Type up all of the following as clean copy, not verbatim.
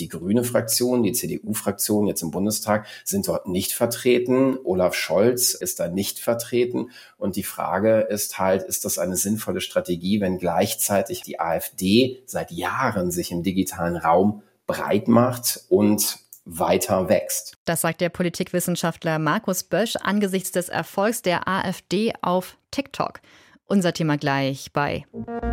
Die grüne Fraktion, die CDU-Fraktion jetzt im Bundestag sind dort nicht vertreten. Olaf Scholz ist da nicht vertreten. Und die Frage ist halt, ist das eine sinnvolle Strategie, wenn gleichzeitig die AfD seit Jahren sich im digitalen Raum breit macht und weiter wächst? Das sagt der Politikwissenschaftler Markus Bösch angesichts des Erfolgs der AfD auf TikTok. Unser Thema gleich bei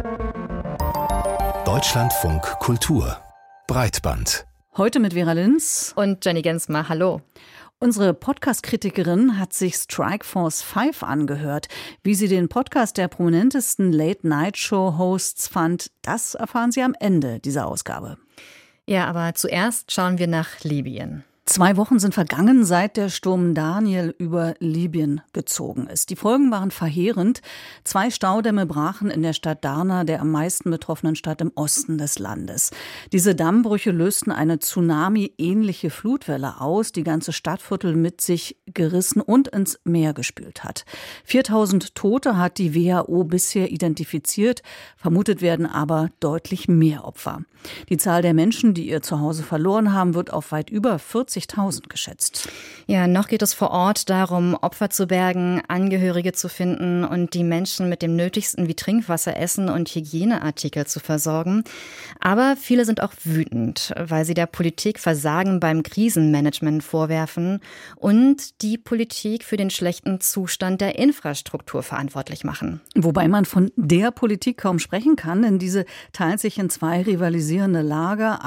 Deutschlandfunk Kultur Breitband. Heute mit Vera Linz und Jenny Gensmer. Hallo. Unsere Podcast-Kritikerin hat sich Strikeforce 5 angehört. Wie sie den Podcast der prominentesten Late-Night-Show-Hosts fand, das erfahren Sie am Ende dieser Ausgabe. Ja, aber zuerst schauen wir nach Libyen. 2 Wochen sind vergangen, seit der Sturm Daniel über Libyen gezogen ist. Die Folgen waren verheerend. 2 Staudämme brachen in der Stadt Darna, der am meisten betroffenen Stadt im Osten des Landes. Diese Dammbrüche lösten eine Tsunami-ähnliche Flutwelle aus, die ganze Stadtviertel mit sich gerissen und ins Meer gespült hat. 4000 Tote hat die WHO bisher identifiziert. Vermutet werden aber deutlich mehr Opfer. Die Zahl der Menschen, die ihr Zuhause verloren haben, wird auf weit über 40.000 geschätzt. Ja, noch geht es vor Ort darum, Opfer zu bergen, Angehörige zu finden und die Menschen mit dem Nötigsten wie Trinkwasser, Essen und Hygieneartikel zu versorgen. Aber viele sind auch wütend, weil sie der Politik Versagen beim Krisenmanagement vorwerfen und die Politik für den schlechten Zustand der Infrastruktur verantwortlich machen. Wobei man von der Politik kaum sprechen kann, denn diese teilt sich in 2 rivalisierende Lager.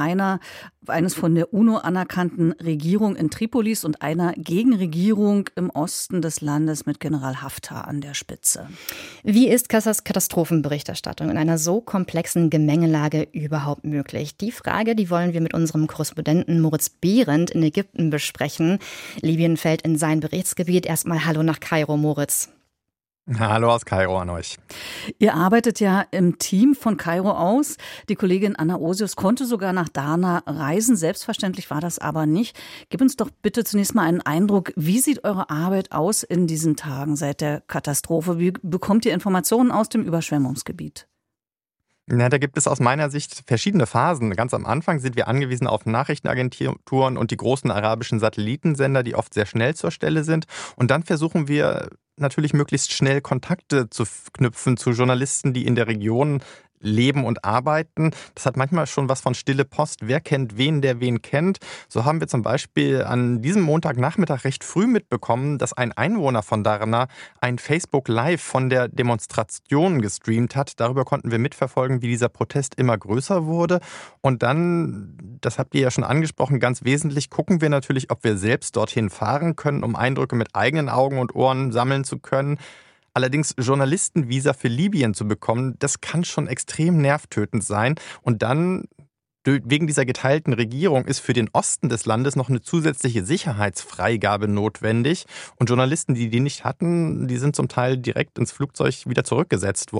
Eines von der UNO anerkannten Regierung in Tripolis und einer Gegenregierung im Osten des Landes mit General Haftar an der Spitze. Wie ist Katastrophenberichterstattung in einer so komplexen Gemengelage überhaupt möglich? Die Frage, die wollen wir mit unserem Korrespondenten Moritz Behrendt in Ägypten besprechen. Libyen fällt in sein Berichtsgebiet. Erstmal Hallo nach Kairo, Moritz. Hallo aus Kairo an euch. Ihr arbeitet ja im Team von Kairo aus. Die Kollegin Anna Osius konnte sogar nach Darna reisen. Selbstverständlich war das aber nicht. Gib uns doch bitte zunächst mal einen Eindruck. Wie sieht eure Arbeit aus in diesen Tagen seit der Katastrophe? Wie bekommt ihr Informationen aus dem Überschwemmungsgebiet? Na, da gibt es aus meiner Sicht verschiedene Phasen. Ganz am Anfang sind wir angewiesen auf Nachrichtenagenturen und die großen arabischen Satellitensender, die oft sehr schnell zur Stelle sind. Und dann versuchen wir natürlich möglichst schnell Kontakte zu knüpfen zu Journalisten, die in der Region leben und arbeiten. Das hat manchmal schon was von stille Post. Wer kennt wen, der wen kennt? So haben wir zum Beispiel an diesem Montagnachmittag recht früh mitbekommen, dass ein Einwohner von Darna ein Facebook Live von der Demonstration gestreamt hat. Darüber konnten wir mitverfolgen, wie dieser Protest immer größer wurde. Und dann, das habt ihr ja schon angesprochen, ganz wesentlich gucken wir natürlich, ob wir selbst dorthin fahren können, um Eindrücke mit eigenen Augen und Ohren sammeln zu können. Allerdings Journalistenvisa für Libyen zu bekommen, das kann schon extrem nervtötend sein. Und dann, wegen dieser geteilten Regierung, ist für den Osten des Landes noch eine zusätzliche Sicherheitsfreigabe notwendig. Und Journalisten, die nicht hatten, die sind zum Teil direkt ins Flugzeug wieder zurückgesetzt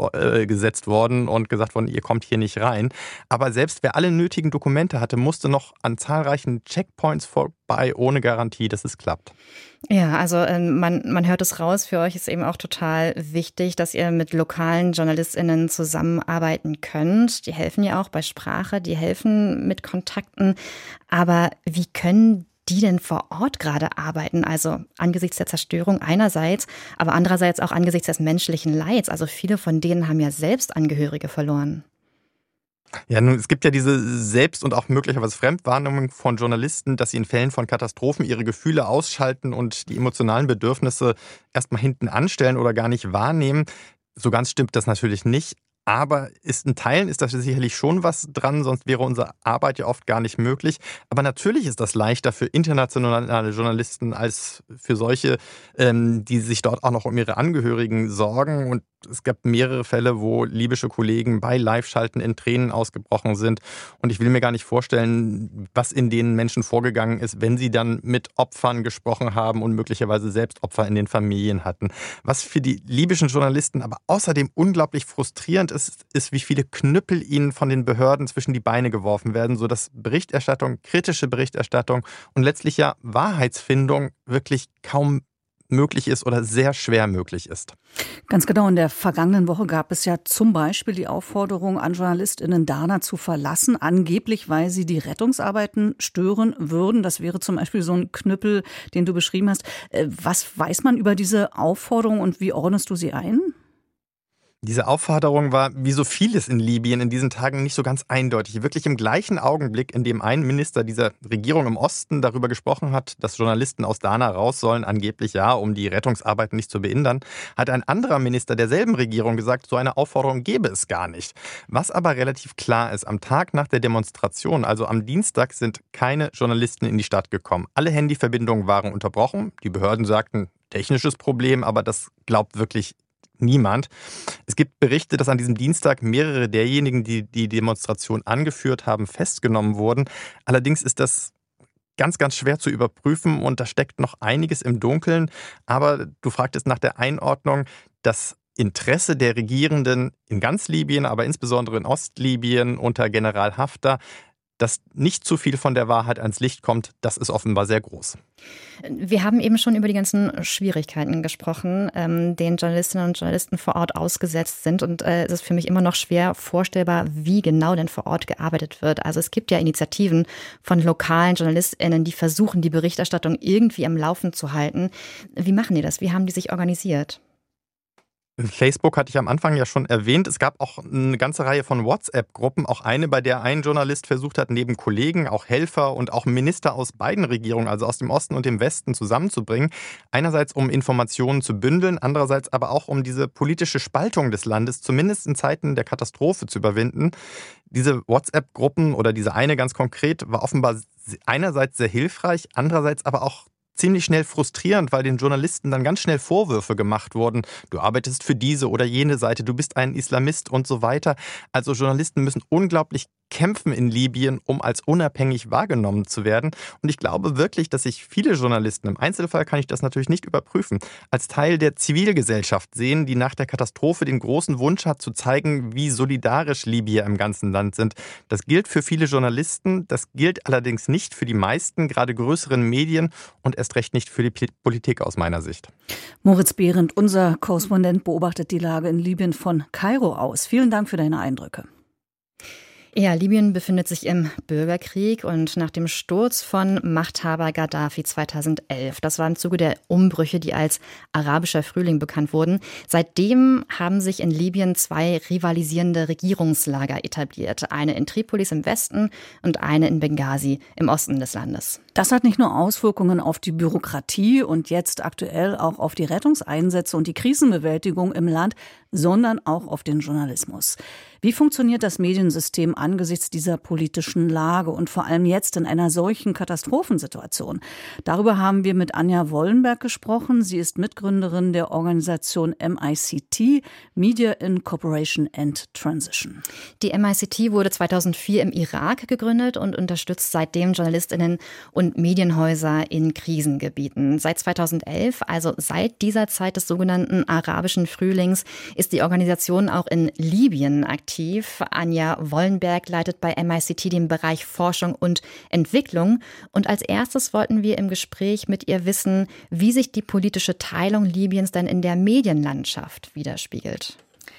worden und gesagt worden, ihr kommt hier nicht rein. Aber selbst wer alle nötigen Dokumente hatte, musste noch an zahlreichen Checkpoints vorbei, ohne Garantie, dass es klappt. Ja, also man hört es raus, für euch ist eben auch total wichtig, dass ihr mit lokalen JournalistInnen zusammenarbeiten könnt. Die helfen ja auch bei Sprache, die helfen mit Kontakten. Aber wie können die denn vor Ort gerade arbeiten? Also angesichts der Zerstörung einerseits, aber andererseits auch angesichts des menschlichen Leids. Also viele von denen haben ja selbst Angehörige verloren. Ja, nun, es gibt ja diese Selbst- und auch möglicherweise Fremdwahrnehmung von Journalisten, dass sie in Fällen von Katastrophen ihre Gefühle ausschalten und die emotionalen Bedürfnisse erstmal hinten anstellen oder gar nicht wahrnehmen. So ganz stimmt das natürlich nicht. Aber in Teilen ist da sicherlich schon was dran, sonst wäre unsere Arbeit ja oft gar nicht möglich. Aber natürlich ist das leichter für internationale Journalisten als für solche, die sich dort auch noch um ihre Angehörigen sorgen. Und es gab mehrere Fälle, wo libysche Kollegen bei Live-Schalten in Tränen ausgebrochen sind. Und ich will mir gar nicht vorstellen, was in den Menschen vorgegangen ist, wenn sie dann mit Opfern gesprochen haben und möglicherweise selbst Opfer in den Familien hatten. Was für die libyschen Journalisten aber außerdem unglaublich frustrierend ist, wie viele Knüppel ihnen von den Behörden zwischen die Beine geworfen werden, sodass Berichterstattung, kritische Berichterstattung und letztlich ja Wahrheitsfindung wirklich kaum möglich ist oder sehr schwer möglich ist. Ganz genau, in der vergangenen Woche gab es ja zum Beispiel die Aufforderung an JournalistInnen, Darna zu verlassen, angeblich, weil sie die Rettungsarbeiten stören würden. Das wäre zum Beispiel so ein Knüppel, den du beschrieben hast. Was weiß man über diese Aufforderung und wie ordnest du sie ein? Diese Aufforderung war, wie so vieles in Libyen in diesen Tagen, nicht so ganz eindeutig. Wirklich im gleichen Augenblick, in dem ein Minister dieser Regierung im Osten darüber gesprochen hat, dass Journalisten aus Darna raus sollen, angeblich ja, um die Rettungsarbeiten nicht zu behindern, hat ein anderer Minister derselben Regierung gesagt, so eine Aufforderung gäbe es gar nicht. Was aber relativ klar ist, am Tag nach der Demonstration, also am Dienstag, sind keine Journalisten in die Stadt gekommen. Alle Handyverbindungen waren unterbrochen. Die Behörden sagten, technisches Problem, aber das glaubt wirklich niemand. Es gibt Berichte, dass an diesem Dienstag mehrere derjenigen, die die Demonstration angeführt haben, festgenommen wurden. Allerdings ist das ganz, ganz schwer zu überprüfen und da steckt noch einiges im Dunkeln. Aber du fragtest nach der Einordnung, das Interesse der Regierenden in ganz Libyen, aber insbesondere in Ostlibyen unter General Haftar, dass nicht zu viel von der Wahrheit ans Licht kommt, das ist offenbar sehr groß. Wir haben eben schon über die ganzen Schwierigkeiten gesprochen, denen Journalistinnen und Journalisten vor Ort ausgesetzt sind. Und es ist für mich immer noch schwer vorstellbar, wie genau denn vor Ort gearbeitet wird. Also es gibt ja Initiativen von lokalen JournalistInnen, die versuchen, die Berichterstattung irgendwie am Laufen zu halten. Wie machen die das? Wie haben die sich organisiert? Facebook hatte ich am Anfang ja schon erwähnt. Es gab auch eine ganze Reihe von WhatsApp-Gruppen, auch eine, bei der ein Journalist versucht hat, neben Kollegen auch Helfer und auch Minister aus beiden Regierungen, also aus dem Osten und dem Westen, zusammenzubringen. Einerseits, um Informationen zu bündeln, andererseits aber auch, um diese politische Spaltung des Landes, zumindest in Zeiten der Katastrophe, zu überwinden. Diese WhatsApp-Gruppen oder diese eine ganz konkret war offenbar einerseits sehr hilfreich, andererseits aber auch ziemlich schnell frustrierend, weil den Journalisten dann ganz schnell Vorwürfe gemacht wurden. Du arbeitest für diese oder jene Seite, du bist ein Islamist und so weiter. Also Journalisten müssen unglaublich kämpfen in Libyen, um als unabhängig wahrgenommen zu werden. Und ich glaube wirklich, dass sich viele Journalisten, im Einzelfall kann ich das natürlich nicht überprüfen, als Teil der Zivilgesellschaft sehen, die nach der Katastrophe den großen Wunsch hat, zu zeigen, wie solidarisch Libyer im ganzen Land sind. Das gilt für viele Journalisten, das gilt allerdings nicht für die meisten, gerade größeren Medien und erst recht nicht für die Politik aus meiner Sicht. Moritz Behrendt, unser Korrespondent, beobachtet die Lage in Libyen von Kairo aus. Vielen Dank für deine Eindrücke. Ja, Libyen befindet sich im Bürgerkrieg und nach dem Sturz von Machthaber Gaddafi 2011, das war im Zuge der Umbrüche, die als arabischer Frühling bekannt wurden, seitdem haben sich in Libyen zwei rivalisierende Regierungslager etabliert. Eine in Tripolis im Westen und eine in Benghazi im Osten des Landes. Das hat nicht nur Auswirkungen auf die Bürokratie und jetzt aktuell auch auf die Rettungseinsätze und die Krisenbewältigung im Land, sondern auch auf den Journalismus. Wie funktioniert das Mediensystem angesichts dieser politischen Lage und vor allem jetzt in einer solchen Katastrophensituation? Darüber haben wir mit Anja Wollenberg gesprochen. Sie ist Mitgründerin der Organisation MICT, Media in Cooperation and Transition. Die MICT wurde 2004 im Irak gegründet und unterstützt seitdem JournalistInnen und Medienhäuser in Krisengebieten. Seit 2011, also seit dieser Zeit des sogenannten arabischen Frühlings, ist die Organisation auch in Libyen aktiv. Anja Wollenberg leitet bei MICT den Bereich Forschung und Entwicklung. Und als erstes wollten wir im Gespräch mit ihr wissen, wie sich die politische Teilung Libyens denn in der Medienlandschaft widerspiegelt.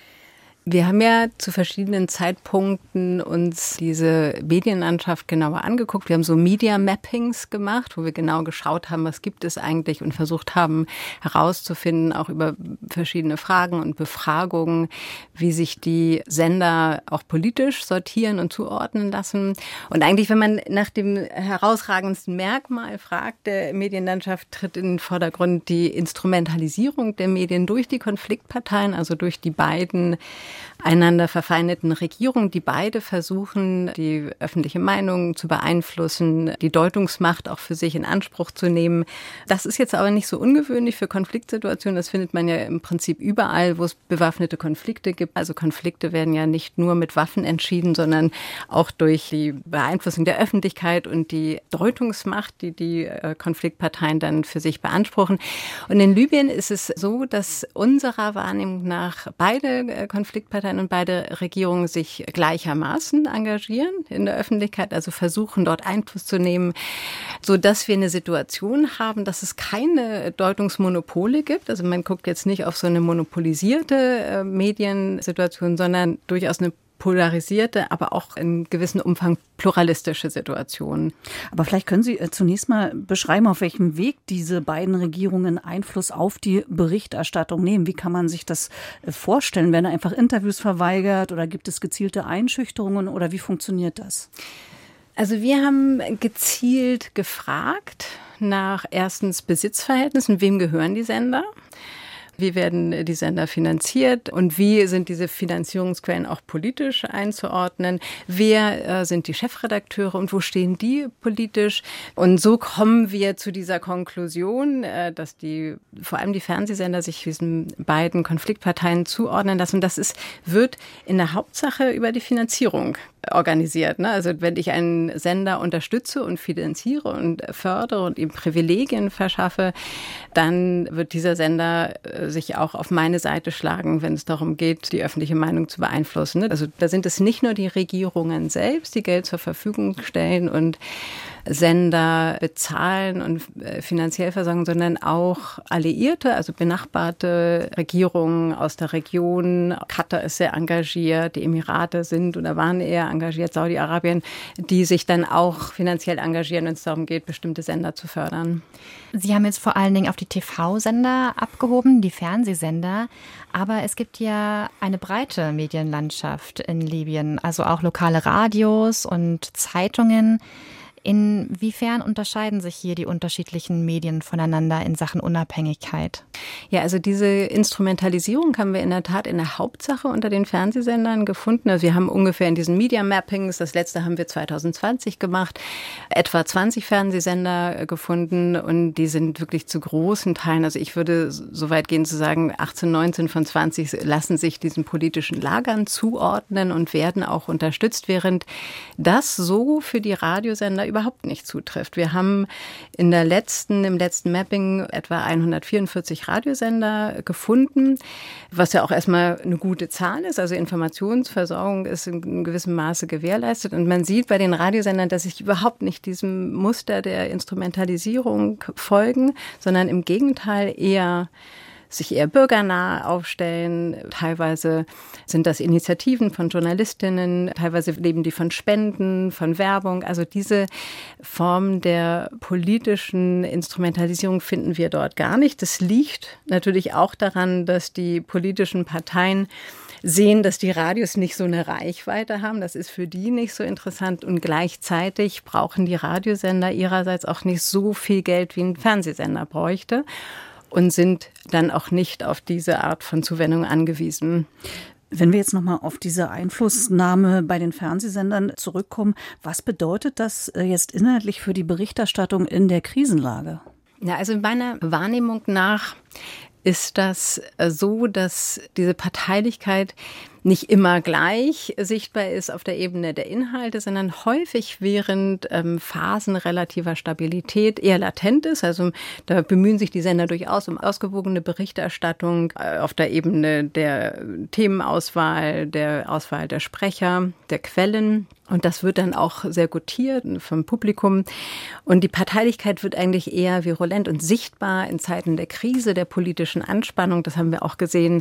Wir haben ja zu verschiedenen Zeitpunkten uns diese Medienlandschaft genauer angeguckt. Wir haben so Media Mappings gemacht, wo wir genau geschaut haben, was gibt es eigentlich und versucht haben herauszufinden, auch über verschiedene Fragen und Befragungen, wie sich die Sender auch politisch sortieren und zuordnen lassen. Und eigentlich, wenn man nach dem herausragendsten Merkmal fragt der Medienlandschaft, tritt in den Vordergrund die Instrumentalisierung der Medien durch die Konfliktparteien, also durch die beiden einander verfeindeten Regierungen, die beide versuchen, die öffentliche Meinung zu beeinflussen, die Deutungsmacht auch für sich in Anspruch zu nehmen. Das ist jetzt aber nicht so ungewöhnlich für Konfliktsituationen. Das findet man ja im Prinzip überall, wo es bewaffnete Konflikte gibt. Also Konflikte werden ja nicht nur mit Waffen entschieden, sondern auch durch die Beeinflussung der Öffentlichkeit und die Deutungsmacht, die die Konfliktparteien dann für sich beanspruchen. Und in Libyen ist es so, dass unserer Wahrnehmung nach beide Konfliktparteien Konfliktparteien und beide Regierungen sich gleichermaßen engagieren in der Öffentlichkeit, also versuchen dort Einfluss zu nehmen, sodass wir eine Situation haben, dass es keine Deutungsmonopole gibt. Also man guckt jetzt nicht auf so eine monopolisierte Mediensituation, sondern durchaus eine polarisierte, aber auch in gewissem Umfang pluralistische Situationen. Aber vielleicht können Sie zunächst mal beschreiben, auf welchem Weg diese beiden Regierungen Einfluss auf die Berichterstattung nehmen. Wie kann man sich das vorstellen? Werden einfach Interviews verweigert oder gibt es gezielte Einschüchterungen oder wie funktioniert das? Also wir haben gezielt gefragt nach erstens Besitzverhältnissen, wem gehören die Sender? Wie werden die Sender finanziert und wie sind diese Finanzierungsquellen auch politisch einzuordnen? Wer sind die Chefredakteure und wo stehen die politisch? Und so kommen wir zu dieser Konklusion, dass vor allem die Fernsehsender sich diesen beiden Konfliktparteien zuordnen lassen. Und das wird in der Hauptsache über die Finanzierung organisiert. Ne? Also wenn ich einen Sender unterstütze und finanziere und fördere und ihm Privilegien verschaffe, dann wird dieser Sender sich auch auf meine Seite schlagen, wenn es darum geht, die öffentliche Meinung zu beeinflussen. Ne? Also da sind es nicht nur die Regierungen selbst, die Geld zur Verfügung stellen und Sender bezahlen und finanziell versorgen, sondern auch Alliierte, also benachbarte Regierungen aus der Region. Katar ist sehr engagiert, die Emirate sind oder waren eher engagiert, Saudi-Arabien, die sich dann auch finanziell engagieren, wenn es darum geht, bestimmte Sender zu fördern. Sie haben jetzt vor allen Dingen auf die TV-Sender abgehoben, die Fernsehsender. Aber es gibt ja eine breite Medienlandschaft in Libyen, also auch lokale Radios und Zeitungen. Inwiefern unterscheiden sich hier die unterschiedlichen Medien voneinander in Sachen Unabhängigkeit? Ja, also diese Instrumentalisierung haben wir in der Tat in der Hauptsache unter den Fernsehsendern gefunden. Also wir haben ungefähr in diesen Media Mappings, das letzte haben wir 2020 gemacht, etwa 20 Fernsehsender gefunden und die sind wirklich zu großen Teilen, also ich würde so weit gehen zu sagen, 18, 19 von 20 lassen sich diesen politischen Lagern zuordnen und werden auch unterstützt, während das so für die Radiosender überhaupt nicht zutrifft. Wir haben im letzten Mapping etwa 144 Radiosender gefunden, was ja auch erstmal eine gute Zahl ist. Also Informationsversorgung ist in gewissem Maße gewährleistet. Und man sieht bei den Radiosendern, dass sich überhaupt nicht diesem Muster der Instrumentalisierung folgen, sondern im Gegenteil sich eher bürgernah aufstellen. Teilweise sind das Initiativen von Journalistinnen, teilweise leben die von Spenden, von Werbung. Also diese Form der politischen Instrumentalisierung finden wir dort gar nicht. Das liegt natürlich auch daran, dass die politischen Parteien sehen, dass die Radios nicht so eine Reichweite haben. Das ist für die nicht so interessant. Und gleichzeitig brauchen die Radiosender ihrerseits auch nicht so viel Geld, wie ein Fernsehsender bräuchte. Und sind dann auch nicht auf diese Art von Zuwendung angewiesen. Wenn wir jetzt nochmal auf diese Einflussnahme bei den Fernsehsendern zurückkommen, was bedeutet das jetzt inhaltlich für die Berichterstattung in der Krisenlage? Ja, also meiner Wahrnehmung nach ist das so, dass diese Parteilichkeit nicht immer gleich sichtbar ist auf der Ebene der Inhalte, sondern häufig während Phasen relativer Stabilität eher latent ist. Also da bemühen sich die Sender durchaus um ausgewogene Berichterstattung auf der Ebene der Themenauswahl, der Auswahl der Sprecher, der Quellen. Und das wird dann auch sehr gutiert vom Publikum. Und die Parteilichkeit wird eigentlich eher virulent und sichtbar in Zeiten der Krise, der politischen Anspannung. Das haben wir auch gesehen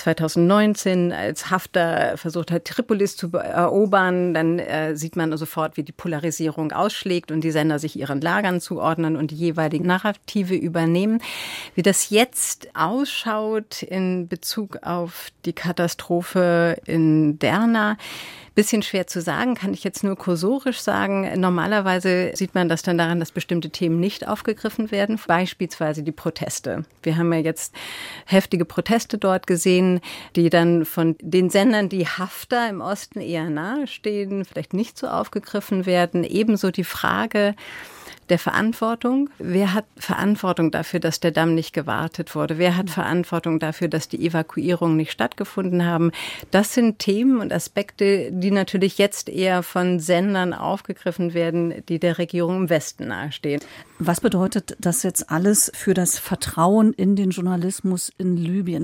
2019, als Haftar versucht hat, Tripolis zu erobern. Dann sieht man sofort, wie die Polarisierung ausschlägt und die Sender sich ihren Lagern zuordnen und die jeweiligen Narrative übernehmen. Wie das jetzt ausschaut in Bezug auf die Katastrophe in Derna, bisschen schwer zu sagen, kann ich jetzt nur kursorisch sagen. Normalerweise sieht man das dann daran, dass bestimmte Themen nicht aufgegriffen werden, beispielsweise die Proteste. Wir haben ja jetzt heftige Proteste dort gesehen, die dann von den Sendern, die Haftar im Osten eher nahe stehen, vielleicht nicht so aufgegriffen werden. Ebenso die Frage der Verantwortung. Wer hat Verantwortung dafür, dass der Damm nicht gewartet wurde? Wer hat Verantwortung dafür, dass die Evakuierungen nicht stattgefunden haben? Das sind Themen und Aspekte, die natürlich jetzt eher von Sendern aufgegriffen werden, die der Regierung im Westen nahestehen. Was bedeutet das jetzt alles für das Vertrauen in den Journalismus in Libyen?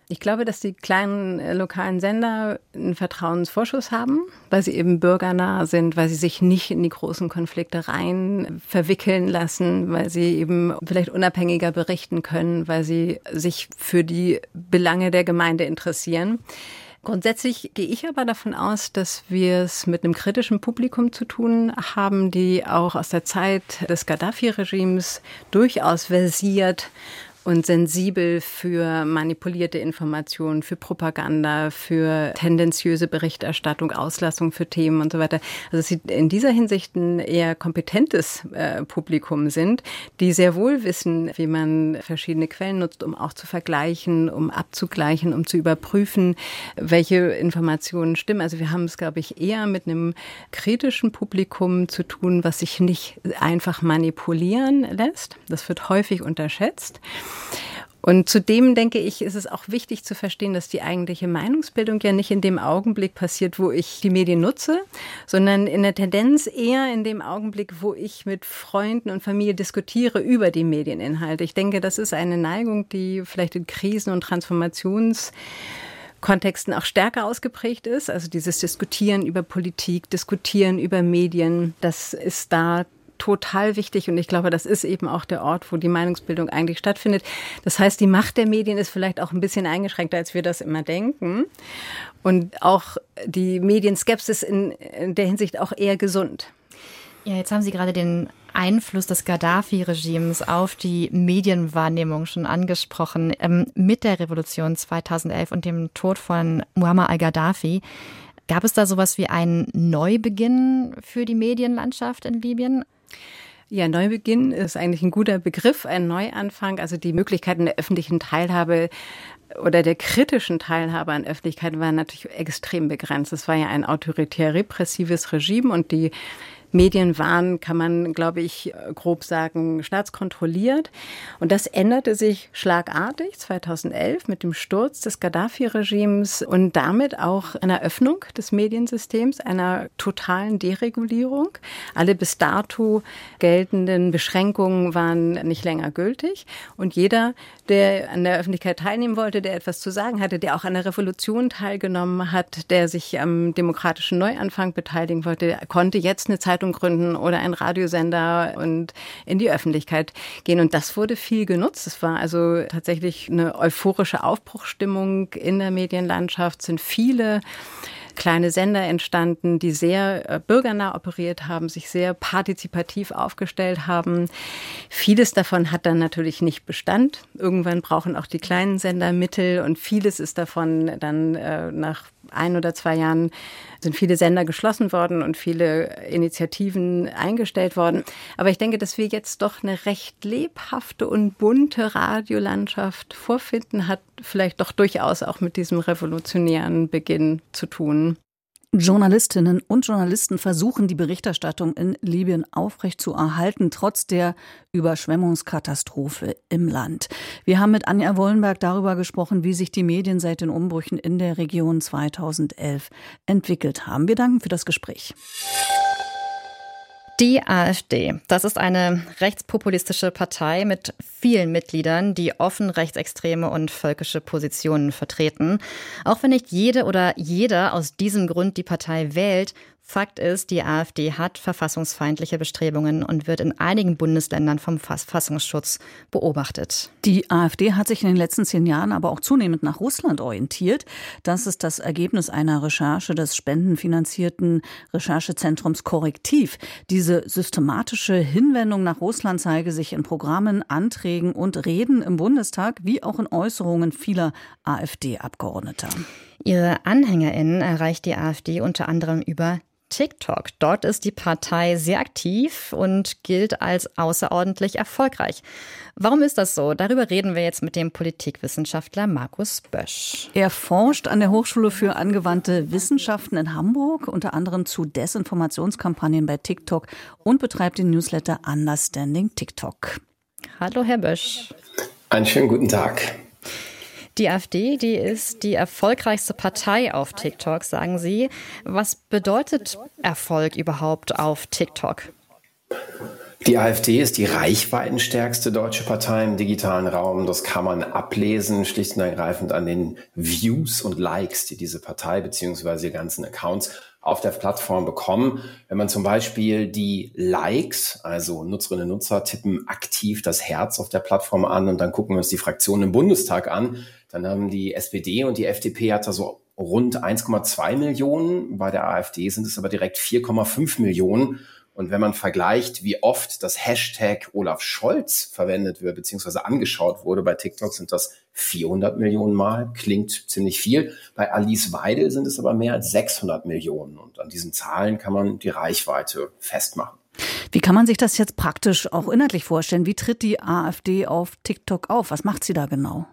Ich glaube, dass die kleinen lokalen Sender einen Vertrauensvorschuss haben, weil sie eben bürgernah sind, weil sie sich nicht in die großen Konflikte rein verwickeln lassen, weil sie eben vielleicht unabhängiger berichten können, weil sie sich für die Belange der Gemeinde interessieren. Grundsätzlich gehe ich aber davon aus, dass wir es mit einem kritischen Publikum zu tun haben, die auch aus der Zeit des Gaddafi-Regimes durchaus versiert und sensibel für manipulierte Informationen, für Propaganda, für tendenziöse Berichterstattung, Auslassung für Themen und so weiter. Also dass sie in dieser Hinsicht ein eher kompetentes Publikum sind, die sehr wohl wissen, wie man verschiedene Quellen nutzt, um auch zu vergleichen, um abzugleichen, um zu überprüfen, welche Informationen stimmen. Also wir haben es, glaube ich, eher mit einem kritischen Publikum zu tun, was sich nicht einfach manipulieren lässt. Das wird häufig unterschätzt. Und zudem, denke ich, ist es auch wichtig zu verstehen, dass die eigentliche Meinungsbildung ja nicht in dem Augenblick passiert, wo ich die Medien nutze, sondern in der Tendenz eher in dem Augenblick, wo ich mit Freunden und Familie diskutiere über die Medieninhalte. Ich denke, das ist eine Neigung, die vielleicht in Krisen- und Transformationskontexten auch stärker ausgeprägt ist. Also dieses Diskutieren über Politik, Diskutieren über Medien, das ist da total wichtig und ich glaube, das ist eben auch der Ort, wo die Meinungsbildung eigentlich stattfindet. Das heißt, die Macht der Medien ist vielleicht auch ein bisschen eingeschränkter, als wir das immer denken und auch die Medienskepsis in der Hinsicht auch eher gesund. Ja, jetzt haben Sie gerade den Einfluss des Gaddafi-Regimes auf die Medienwahrnehmung schon angesprochen. Mit der Revolution 2011 und dem Tod von Muammar al-Gaddafi gab es da sowas wie einen Neubeginn für die Medienlandschaft in Libyen? Ja, Neubeginn ist eigentlich ein guter Begriff, ein Neuanfang. Also die Möglichkeiten der öffentlichen Teilhabe oder der kritischen Teilhabe an Öffentlichkeit waren natürlich extrem begrenzt. Es war ja ein autoritär-repressives Regime und die Medien waren, kann man, glaube ich, grob sagen, staatskontrolliert. Und das änderte sich schlagartig 2011 mit dem Sturz des Gaddafi-Regimes und damit auch einer Öffnung des Mediensystems, einer totalen Deregulierung. Alle bis dato geltenden Beschränkungen waren nicht länger gültig. Und jeder, der an der Öffentlichkeit teilnehmen wollte, der etwas zu sagen hatte, der auch an der Revolution teilgenommen hat, der sich am demokratischen Neuanfang beteiligen wollte, konnte jetzt eine Zeitung gründen oder einen Radiosender und in die Öffentlichkeit gehen. Und das wurde viel genutzt. Es war also tatsächlich eine euphorische Aufbruchsstimmung in der Medienlandschaft. Es sind viele kleine Sender entstanden, die sehr bürgernah operiert haben, sich sehr partizipativ aufgestellt haben. Vieles davon hat dann natürlich nicht Bestand. Irgendwann brauchen auch die kleinen Sender Mittel und vieles ist davon dann nach 1 oder 2 Jahren sind viele Sender geschlossen worden und viele Initiativen eingestellt worden. Aber ich denke, dass wir jetzt doch eine recht lebhafte und bunte Radiolandschaft vorfinden, hat vielleicht doch durchaus auch mit diesem revolutionären Beginn zu tun. Journalistinnen und Journalisten versuchen, die Berichterstattung in Libyen aufrechtzuerhalten, trotz der Überschwemmungskatastrophe im Land. Wir haben mit Anja Wollenberg darüber gesprochen, wie sich die Medien seit den Umbrüchen in der Region 2011 entwickelt haben. Wir danken für das Gespräch. Die AfD, das ist eine rechtspopulistische Partei mit vielen Mitgliedern, die offen rechtsextreme und völkische Positionen vertreten. Auch wenn nicht jede oder jeder aus diesem Grund die Partei wählt, Fakt ist, die AfD hat verfassungsfeindliche Bestrebungen und wird in einigen Bundesländern vom Verfassungsschutz beobachtet. Die AfD hat sich in den letzten 10 Jahren aber auch zunehmend nach Russland orientiert. Das ist das Ergebnis einer Recherche des spendenfinanzierten Recherchezentrums Korrektiv. Diese systematische Hinwendung nach Russland zeige sich in Programmen, Anträgen und Reden im Bundestag wie auch in Äußerungen vieler AfD-Abgeordneter. Ihre AnhängerInnen erreicht die AfD unter anderem über TikTok. Dort ist die Partei sehr aktiv und gilt als außerordentlich erfolgreich. Warum ist das so? Darüber reden wir jetzt mit dem Politikwissenschaftler Markus Bösch. Er forscht an der Hochschule für angewandte Wissenschaften in Hamburg, unter anderem zu Desinformationskampagnen bei TikTok und betreibt den Newsletter Understanding TikTok. Hallo, Herr Bösch. Einen schönen guten Tag. Die AfD, die ist die erfolgreichste Partei auf TikTok, sagen Sie. Was bedeutet Erfolg überhaupt auf TikTok? Die AfD ist die reichweitenstärkste deutsche Partei im digitalen Raum. Das kann man ablesen, schlicht und ergreifend an den Views und Likes, die diese Partei bzw. die ganzen Accounts auf der Plattform bekommen. Wenn man zum Beispiel die Likes, also Nutzerinnen und Nutzer tippen aktiv das Herz auf der Plattform an und dann gucken wir uns die Fraktionen im Bundestag an, dann haben die SPD und die FDP hat da so rund 1,2 Millionen. Bei der AfD sind es aber direkt 4,5 Millionen. Und wenn man vergleicht, wie oft das Hashtag Olaf Scholz verwendet wird, beziehungsweise angeschaut wurde, bei TikTok sind das 400 Millionen Mal, klingt ziemlich viel. Bei Alice Weidel sind es aber mehr als 600 Millionen. Und an diesen Zahlen kann man die Reichweite festmachen. Wie kann man sich das jetzt praktisch auch inhaltlich vorstellen? Wie tritt die AfD auf TikTok auf? Was macht sie da genau?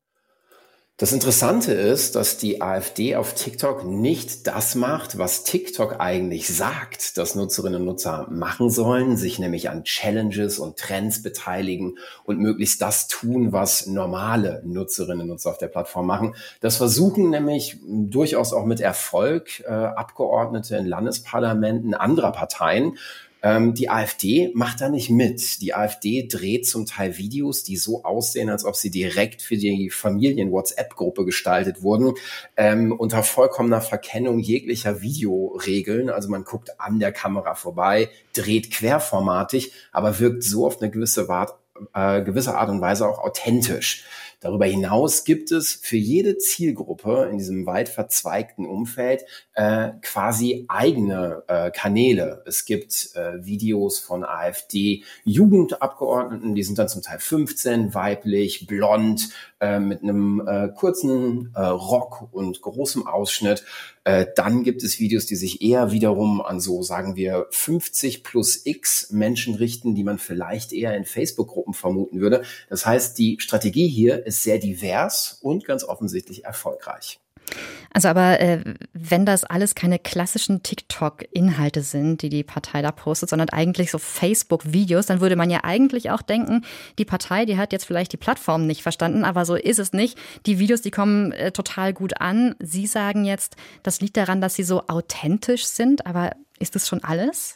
Das Interessante ist, dass die AfD auf TikTok nicht das macht, was TikTok eigentlich sagt, dass Nutzerinnen und Nutzer machen sollen, sich nämlich an Challenges und Trends beteiligen und möglichst das tun, was normale Nutzerinnen und Nutzer auf der Plattform machen. Das versuchen nämlich durchaus auch mit Erfolg Abgeordnete in Landesparlamenten anderer Parteien. Die AfD macht da nicht mit. Die AfD dreht zum Teil Videos, die so aussehen, als ob sie direkt für die Familien-WhatsApp-Gruppe gestaltet wurden, unter vollkommener Verkennung jeglicher Videoregeln. Also man guckt an der Kamera vorbei, dreht querformatig, aber wirkt so auf eine gewisse Art und Weise auch authentisch. Darüber hinaus gibt es für jede Zielgruppe in diesem weit verzweigten Umfeld quasi eigene Kanäle. Es gibt Videos von AfD-Jugendabgeordneten, die sind dann zum Teil 15, weiblich, blond, mit einem kurzen Rock und großem Ausschnitt. Dann gibt es Videos, die sich eher wiederum an so, sagen wir, 50 plus X Menschen richten, die man vielleicht eher in Facebook-Gruppen vermuten würde. Das heißt, die Strategie hier ist sehr divers und ganz offensichtlich erfolgreich. Also aber wenn das alles keine klassischen TikTok-Inhalte sind, die die Partei da postet, sondern eigentlich so Facebook-Videos, dann würde man ja eigentlich auch denken, die Partei, die hat jetzt vielleicht die Plattform nicht verstanden, aber so ist es nicht. Die Videos, die kommen total gut an. Sie sagen jetzt, das liegt daran, dass sie so authentisch sind, aber ist das schon alles?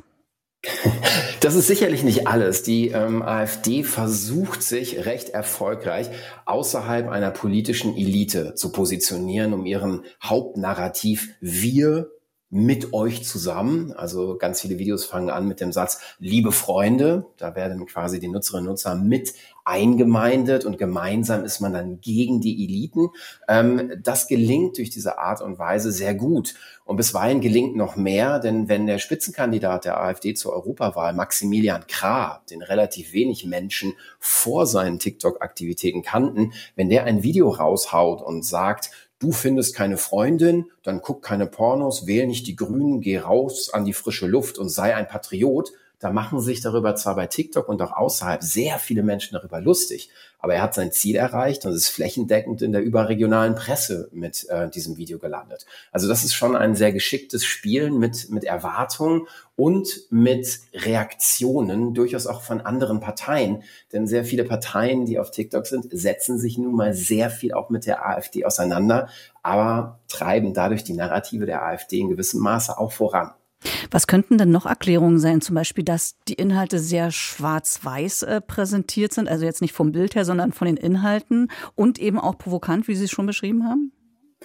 Das ist sicherlich nicht alles. Die AfD versucht sich recht erfolgreich außerhalb einer politischen Elite zu positionieren, um ihren Hauptnarrativ "Wir mit euch zusammen", also ganz viele Videos fangen an mit dem Satz "Liebe Freunde", da werden quasi die Nutzerinnen und Nutzer mit eingemeindet und gemeinsam ist man dann gegen die Eliten. Das gelingt durch diese Art und Weise sehr gut. Und bisweilen gelingt noch mehr, denn wenn der Spitzenkandidat der AfD zur Europawahl, Maximilian Krah, den relativ wenig Menschen vor seinen TikTok-Aktivitäten kannten, wenn der ein Video raushaut und sagt, du findest keine Freundin, dann guck keine Pornos, wähl nicht die Grünen, geh raus an die frische Luft und sei ein Patriot, da machen sich darüber zwar bei TikTok und auch außerhalb sehr viele Menschen darüber lustig, aber er hat sein Ziel erreicht und ist flächendeckend in der überregionalen Presse mit diesem Video gelandet. Also das ist schon ein sehr geschicktes Spielen mit Erwartungen und mit Reaktionen, durchaus auch von anderen Parteien. Denn sehr viele Parteien, die auf TikTok sind, setzen sich nun mal sehr viel auch mit der AfD auseinander, aber treiben dadurch die Narrative der AfD in gewissem Maße auch voran. Was könnten denn noch Erklärungen sein? Zum Beispiel, dass die Inhalte sehr schwarz-weiß präsentiert sind, also jetzt nicht vom Bild her, sondern von den Inhalten und eben auch provokant, wie Sie es schon beschrieben haben?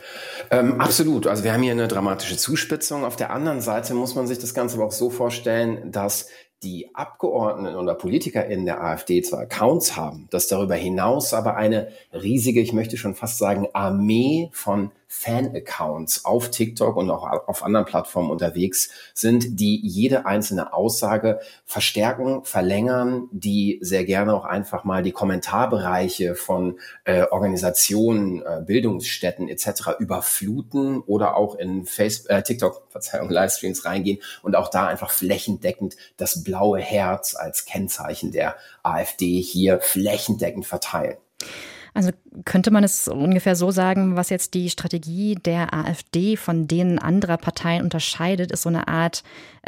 Absolut. Also wir haben hier eine dramatische Zuspitzung. Auf der anderen Seite muss man sich das Ganze aber auch so vorstellen, dass die Abgeordneten oder PolitikerInnen der AfD zwar Accounts haben, dass darüber hinaus aber eine riesige, ich möchte schon fast sagen, Armee von Fan-Accounts auf TikTok und auch auf anderen Plattformen unterwegs sind, die jede einzelne Aussage verstärken, verlängern, die sehr gerne auch einfach mal die Kommentarbereiche von Organisationen, Bildungsstätten etc. überfluten oder auch in TikTok-Livestreams reingehen und auch da einfach flächendeckend das blaue Herz als Kennzeichen der AfD hier flächendeckend verteilen. Also könnte man es ungefähr so sagen, was jetzt die Strategie der AfD von denen anderer Parteien unterscheidet, ist so eine Art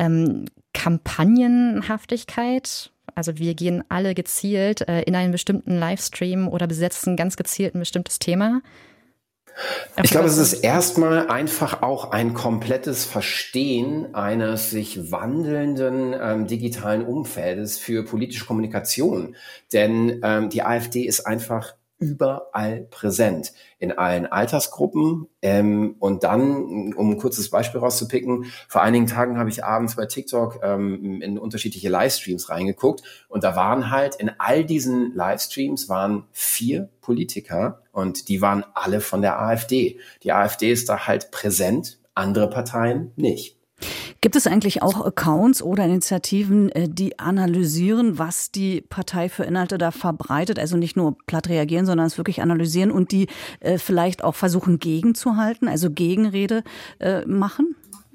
Kampagnenhaftigkeit. Also wir gehen alle gezielt in einen bestimmten Livestream oder besetzen ganz gezielt ein bestimmtes Thema. Ich glaube, es ist erstmal einfach auch ein komplettes Verstehen eines sich wandelnden digitalen Umfeldes für politische Kommunikation. Denn die AfD ist einfach überall präsent, in allen Altersgruppen. Und dann, um ein kurzes Beispiel rauszupicken, vor einigen Tagen habe ich abends bei TikTok in unterschiedliche Livestreams reingeguckt. Und da waren halt in all diesen Livestreams waren 4 Politiker und die waren alle von der AfD. Die AfD ist da halt präsent, andere Parteien nicht. Gibt es eigentlich auch Accounts oder Initiativen, die analysieren, was die Partei für Inhalte da verbreitet? Also nicht nur platt reagieren, sondern es wirklich analysieren und die vielleicht auch versuchen gegenzuhalten, also Gegenrede machen?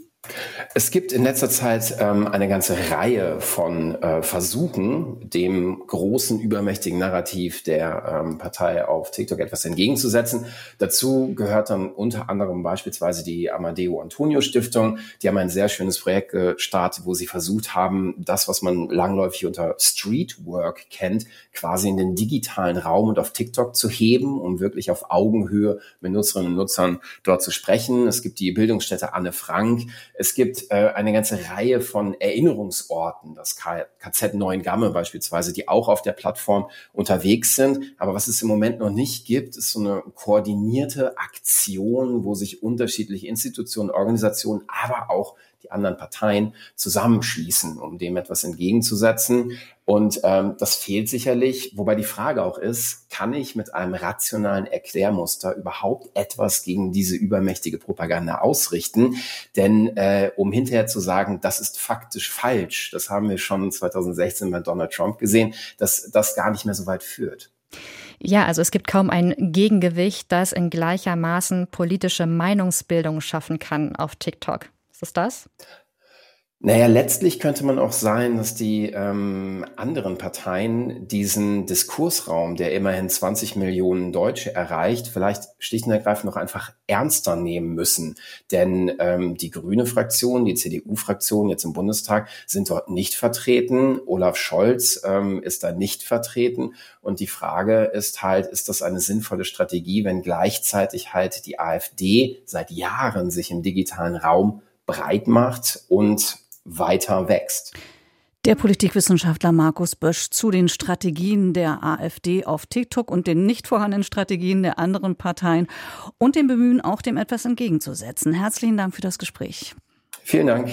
Es gibt in letzter Zeit eine ganze Reihe von Versuchen, dem großen, übermächtigen Narrativ der Partei auf TikTok etwas entgegenzusetzen. Dazu gehört dann unter anderem beispielsweise die Amadeo Antonio Stiftung. Die haben ein sehr schönes Projekt gestartet, wo sie versucht haben, das, was man langläufig unter Streetwork kennt, quasi in den digitalen Raum und auf TikTok zu heben, um wirklich auf Augenhöhe mit Nutzerinnen und Nutzern dort zu sprechen. Es gibt die Bildungsstätte Anne Frank. Es gibt eine ganze Reihe von Erinnerungsorten, das KZ Neuengamme beispielsweise, die auch auf der Plattform unterwegs sind. Aber was es im Moment noch nicht gibt, ist so eine koordinierte Aktion, wo sich unterschiedliche Institutionen, Organisationen, aber auch die anderen Parteien zusammenschließen, um dem etwas entgegenzusetzen. Und das fehlt sicherlich, wobei die Frage auch ist, kann ich mit einem rationalen Erklärmuster überhaupt etwas gegen diese übermächtige Propaganda ausrichten? Denn um hinterher zu sagen, das ist faktisch falsch, das haben wir schon 2016 bei Donald Trump gesehen, dass das gar nicht mehr so weit führt. Ja, also es gibt kaum ein Gegengewicht, das in gleichermaßen politische Meinungsbildung schaffen kann auf TikTok. Ist es das? Naja, letztlich könnte man auch sagen, dass die anderen Parteien diesen Diskursraum, der immerhin 20 Millionen Deutsche erreicht, vielleicht schlicht und ergreifend noch einfach ernster nehmen müssen. Denn die grüne Fraktion, die CDU-Fraktion jetzt im Bundestag sind dort nicht vertreten. Olaf Scholz ist da nicht vertreten. Und die Frage ist halt, ist das eine sinnvolle Strategie, wenn gleichzeitig halt die AfD seit Jahren sich im digitalen Raum breit macht und weiter wächst. Der Politikwissenschaftler Markus Bösch zu den Strategien der AfD auf TikTok und den nicht vorhandenen Strategien der anderen Parteien und dem Bemühen, auch dem etwas entgegenzusetzen. Herzlichen Dank für das Gespräch. Vielen Dank.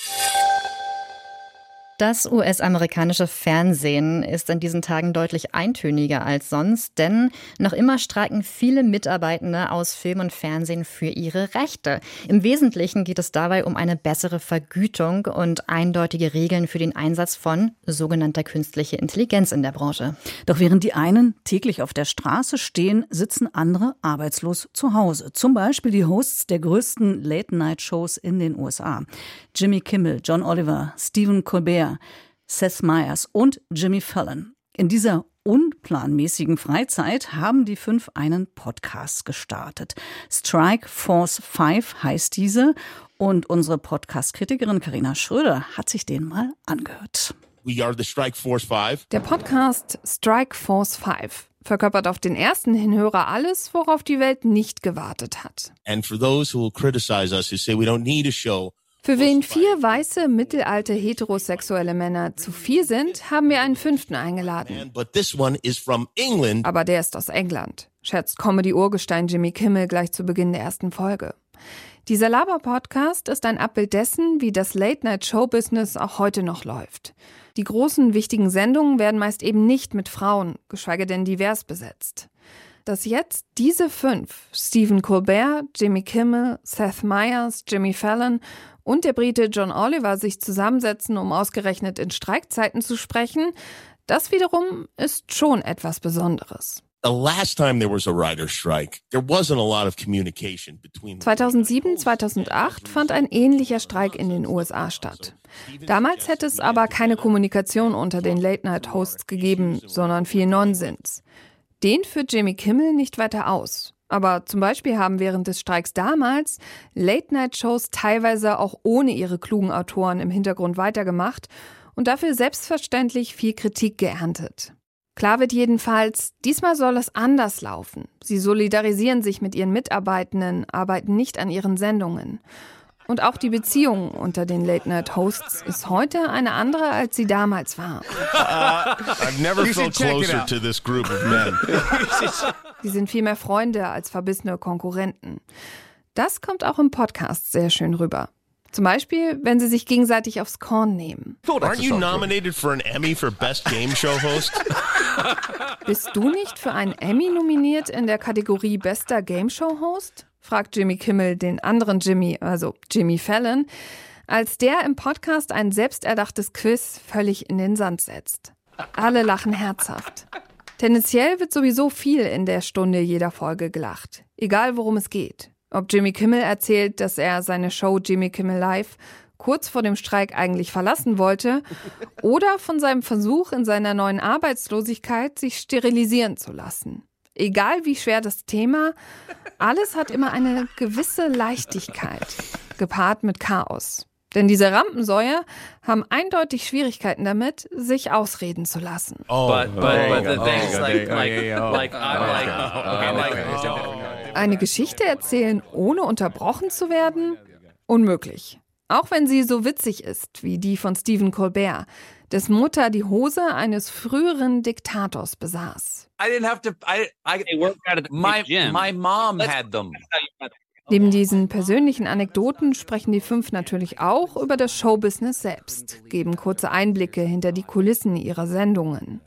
Das US-amerikanische Fernsehen ist in diesen Tagen deutlich eintöniger als sonst, denn noch immer streiken viele Mitarbeitende aus Film und Fernsehen für ihre Rechte. Im Wesentlichen geht es dabei um eine bessere Vergütung und eindeutige Regeln für den Einsatz von sogenannter künstlicher Intelligenz in der Branche. Doch während die einen täglich auf der Straße stehen, sitzen andere arbeitslos zu Hause. Zum Beispiel die Hosts der größten Late-Night-Shows in den USA. Jimmy Kimmel, John Oliver, Stephen Colbert, Seth Meyers und Jimmy Fallon. In dieser unplanmäßigen Freizeit haben die 5 einen Podcast gestartet. Strike Force 5 heißt diese und unsere Podcast-Kritikerin Carina Schröder hat sich den mal angehört. We are the Strike Force 5. Der Podcast Strike Force 5 verkörpert auf den ersten Hinhörer alles, worauf die Welt nicht gewartet hat. And for those who will criticize us, who say we don't need a show. Für wen 4 weiße, mittelalte, heterosexuelle Männer zu viel sind, haben wir einen 5. eingeladen. But this one is from England. Aber der ist aus England, scherzt Comedy-Urgestein Jimmy Kimmel gleich zu Beginn der ersten Folge. Dieser Laber-Podcast ist ein Abbild dessen, wie das Late-Night-Show-Business auch heute noch läuft. Die großen, wichtigen Sendungen werden meist eben nicht mit Frauen, geschweige denn divers besetzt. Dass jetzt diese 5, Stephen Colbert, Jimmy Kimmel, Seth Meyers, Jimmy Fallon und der Brite John Oliver sich zusammensetzen, um ausgerechnet in Streikzeiten zu sprechen, das wiederum ist schon etwas Besonderes. The last time there was a writer's strike, there wasn't a lot of communication between 2007, 2008 fand ein ähnlicher Streik in den USA statt. Damals hätte es aber keine Kommunikation unter den Late-Night-Hosts gegeben, sondern viel Nonsens. Den führt Jimmy Kimmel nicht weiter aus. Aber zum Beispiel haben während des Streiks damals Late-Night-Shows teilweise auch ohne ihre klugen Autoren im Hintergrund weitergemacht und dafür selbstverständlich viel Kritik geerntet. Klar wird jedenfalls, diesmal soll es anders laufen. Sie solidarisieren sich mit ihren Mitarbeitenden, arbeiten nicht an ihren Sendungen. Und auch die Beziehung unter den Late-Night-Hosts ist heute eine andere, als sie damals war. I've never felt closer to this group of men. Sie sind viel mehr Freunde als verbissene Konkurrenten. Das kommt auch im Podcast sehr schön rüber. Zum Beispiel, wenn sie sich gegenseitig aufs Korn nehmen. Aren't you nominated for an Emmy for Best Game Show Host? Bist du nicht für einen Emmy nominiert in der Kategorie Bester Game Show Host? Fragt Jimmy Kimmel den anderen Jimmy, also Jimmy Fallon, als der im Podcast ein selbsterdachtes Quiz völlig in den Sand setzt. Alle lachen herzhaft. Tendenziell wird sowieso viel in der Stunde jeder Folge gelacht, egal worum es geht. Ob Jimmy Kimmel erzählt, dass er seine Show Jimmy Kimmel Live kurz vor dem Streik eigentlich verlassen wollte oder von seinem Versuch in seiner neuen Arbeitslosigkeit, sich sterilisieren zu lassen. Egal wie schwer das Thema, alles hat immer eine gewisse Leichtigkeit, gepaart mit Chaos. Denn diese Rampensäue haben eindeutig Schwierigkeiten damit, sich ausreden zu lassen. Eine Geschichte erzählen, ohne unterbrochen zu werden? Unmöglich. Auch wenn sie so witzig ist wie die von Stephen Colbert, dessen Mutter die Hose eines früheren Diktators besaß. My mom had them. Neben diesen persönlichen Anekdoten sprechen die 5 natürlich auch über das Showbusiness selbst, geben kurze Einblicke hinter die Kulissen ihrer Sendungen.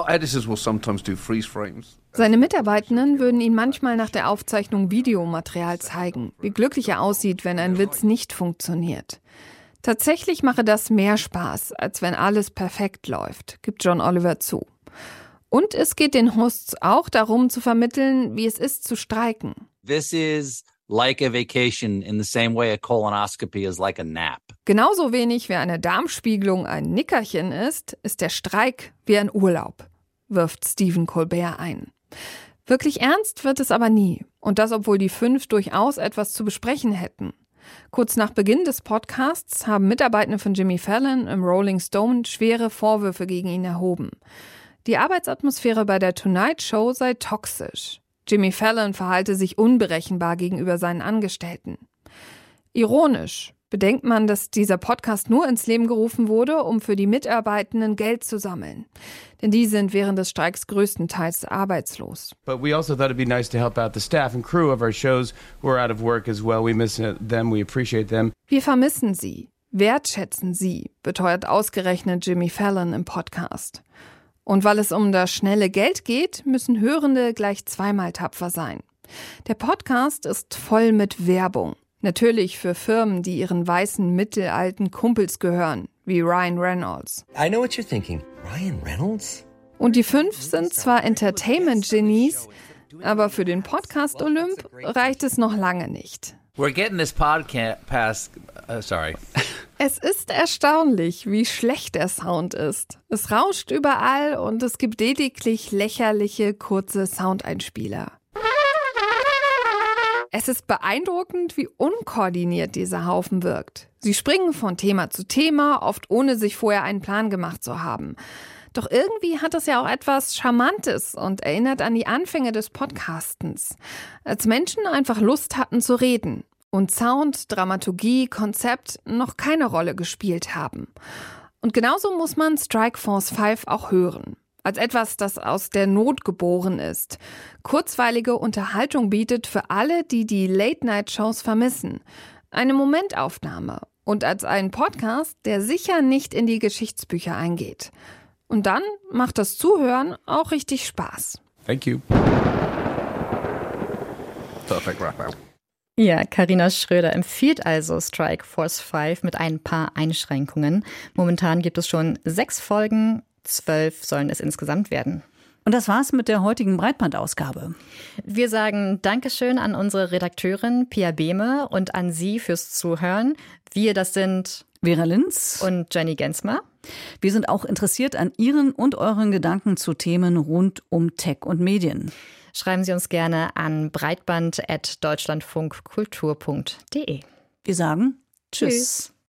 Seine Mitarbeitenden würden ihm manchmal nach der Aufzeichnung Videomaterial zeigen, wie glücklich er aussieht, wenn ein Witz nicht funktioniert. Tatsächlich mache das mehr Spaß, als wenn alles perfekt läuft, gibt John Oliver zu. Und es geht den Hosts auch darum zu vermitteln, wie es ist zu streiken. This is like a vacation in the same way a colonoscopy is like a nap. Genauso wenig wie eine Darmspiegelung ein Nickerchen ist der Streik wie ein Urlaub, wirft Stephen Colbert ein. Wirklich ernst wird es aber nie. Und das, obwohl die 5 durchaus etwas zu besprechen hätten. Kurz nach Beginn des Podcasts haben Mitarbeitende von Jimmy Fallon im Rolling Stone schwere Vorwürfe gegen ihn erhoben. Die Arbeitsatmosphäre bei der Tonight Show sei toxisch. Jimmy Fallon verhalte sich unberechenbar gegenüber seinen Angestellten. Ironisch bedenkt man, dass dieser Podcast nur ins Leben gerufen wurde, um für die Mitarbeitenden Geld zu sammeln. Denn die sind während des Streiks größtenteils arbeitslos. But we also thought it'd be nice to help out the staff and crew of our shows who are out of work as well. We miss them, we appreciate them. Wir vermissen sie, wertschätzen sie, beteuert ausgerechnet Jimmy Fallon im Podcast. Und weil es um das schnelle Geld geht, müssen Hörende gleich zweimal tapfer sein. Der Podcast ist voll mit Werbung. Natürlich für Firmen, die ihren weißen, mittelalten Kumpels gehören, wie Ryan Reynolds. I know what you're thinking. Ryan Reynolds? Und die 5 sind zwar Entertainment-Genies, aber für den Podcast-Olymp reicht es noch lange nicht. We're getting this podcast, sorry. Es ist erstaunlich, wie schlecht der Sound ist. Es rauscht überall und es gibt lediglich lächerliche, kurze Soundeinspieler. Es ist beeindruckend, wie unkoordiniert dieser Haufen wirkt. Sie springen von Thema zu Thema, oft ohne sich vorher einen Plan gemacht zu haben. Doch irgendwie hat es ja auch etwas Charmantes und erinnert an die Anfänge des Podcastens, als Menschen einfach Lust hatten zu reden und Sound, Dramaturgie, Konzept noch keine Rolle gespielt haben. Und genauso muss man Strikeforce 5 auch hören. Als etwas, das aus der Not geboren ist, kurzweilige Unterhaltung bietet für alle, die die Late-Night-Shows vermissen, eine Momentaufnahme und als einen Podcast, der sicher nicht in die Geschichtsbücher eingeht. Und dann macht das Zuhören auch richtig Spaß. Thank you. Perfect wrap-up. Ja, Carina Schröder empfiehlt also Strikeforce 5 mit ein paar Einschränkungen. Momentan gibt es schon 6 Folgen. 12 sollen es insgesamt werden. Und das war's mit der heutigen Breitbandausgabe. Wir sagen Dankeschön an unsere Redakteurin Pia Behme und an Sie fürs Zuhören. Wir, das sind Vera Linz und Jenny Gensmer. Wir sind auch interessiert an Ihren und euren Gedanken zu Themen rund um Tech und Medien. Schreiben Sie uns gerne an breitband@deutschlandfunkkultur.de. Wir sagen Tschüss.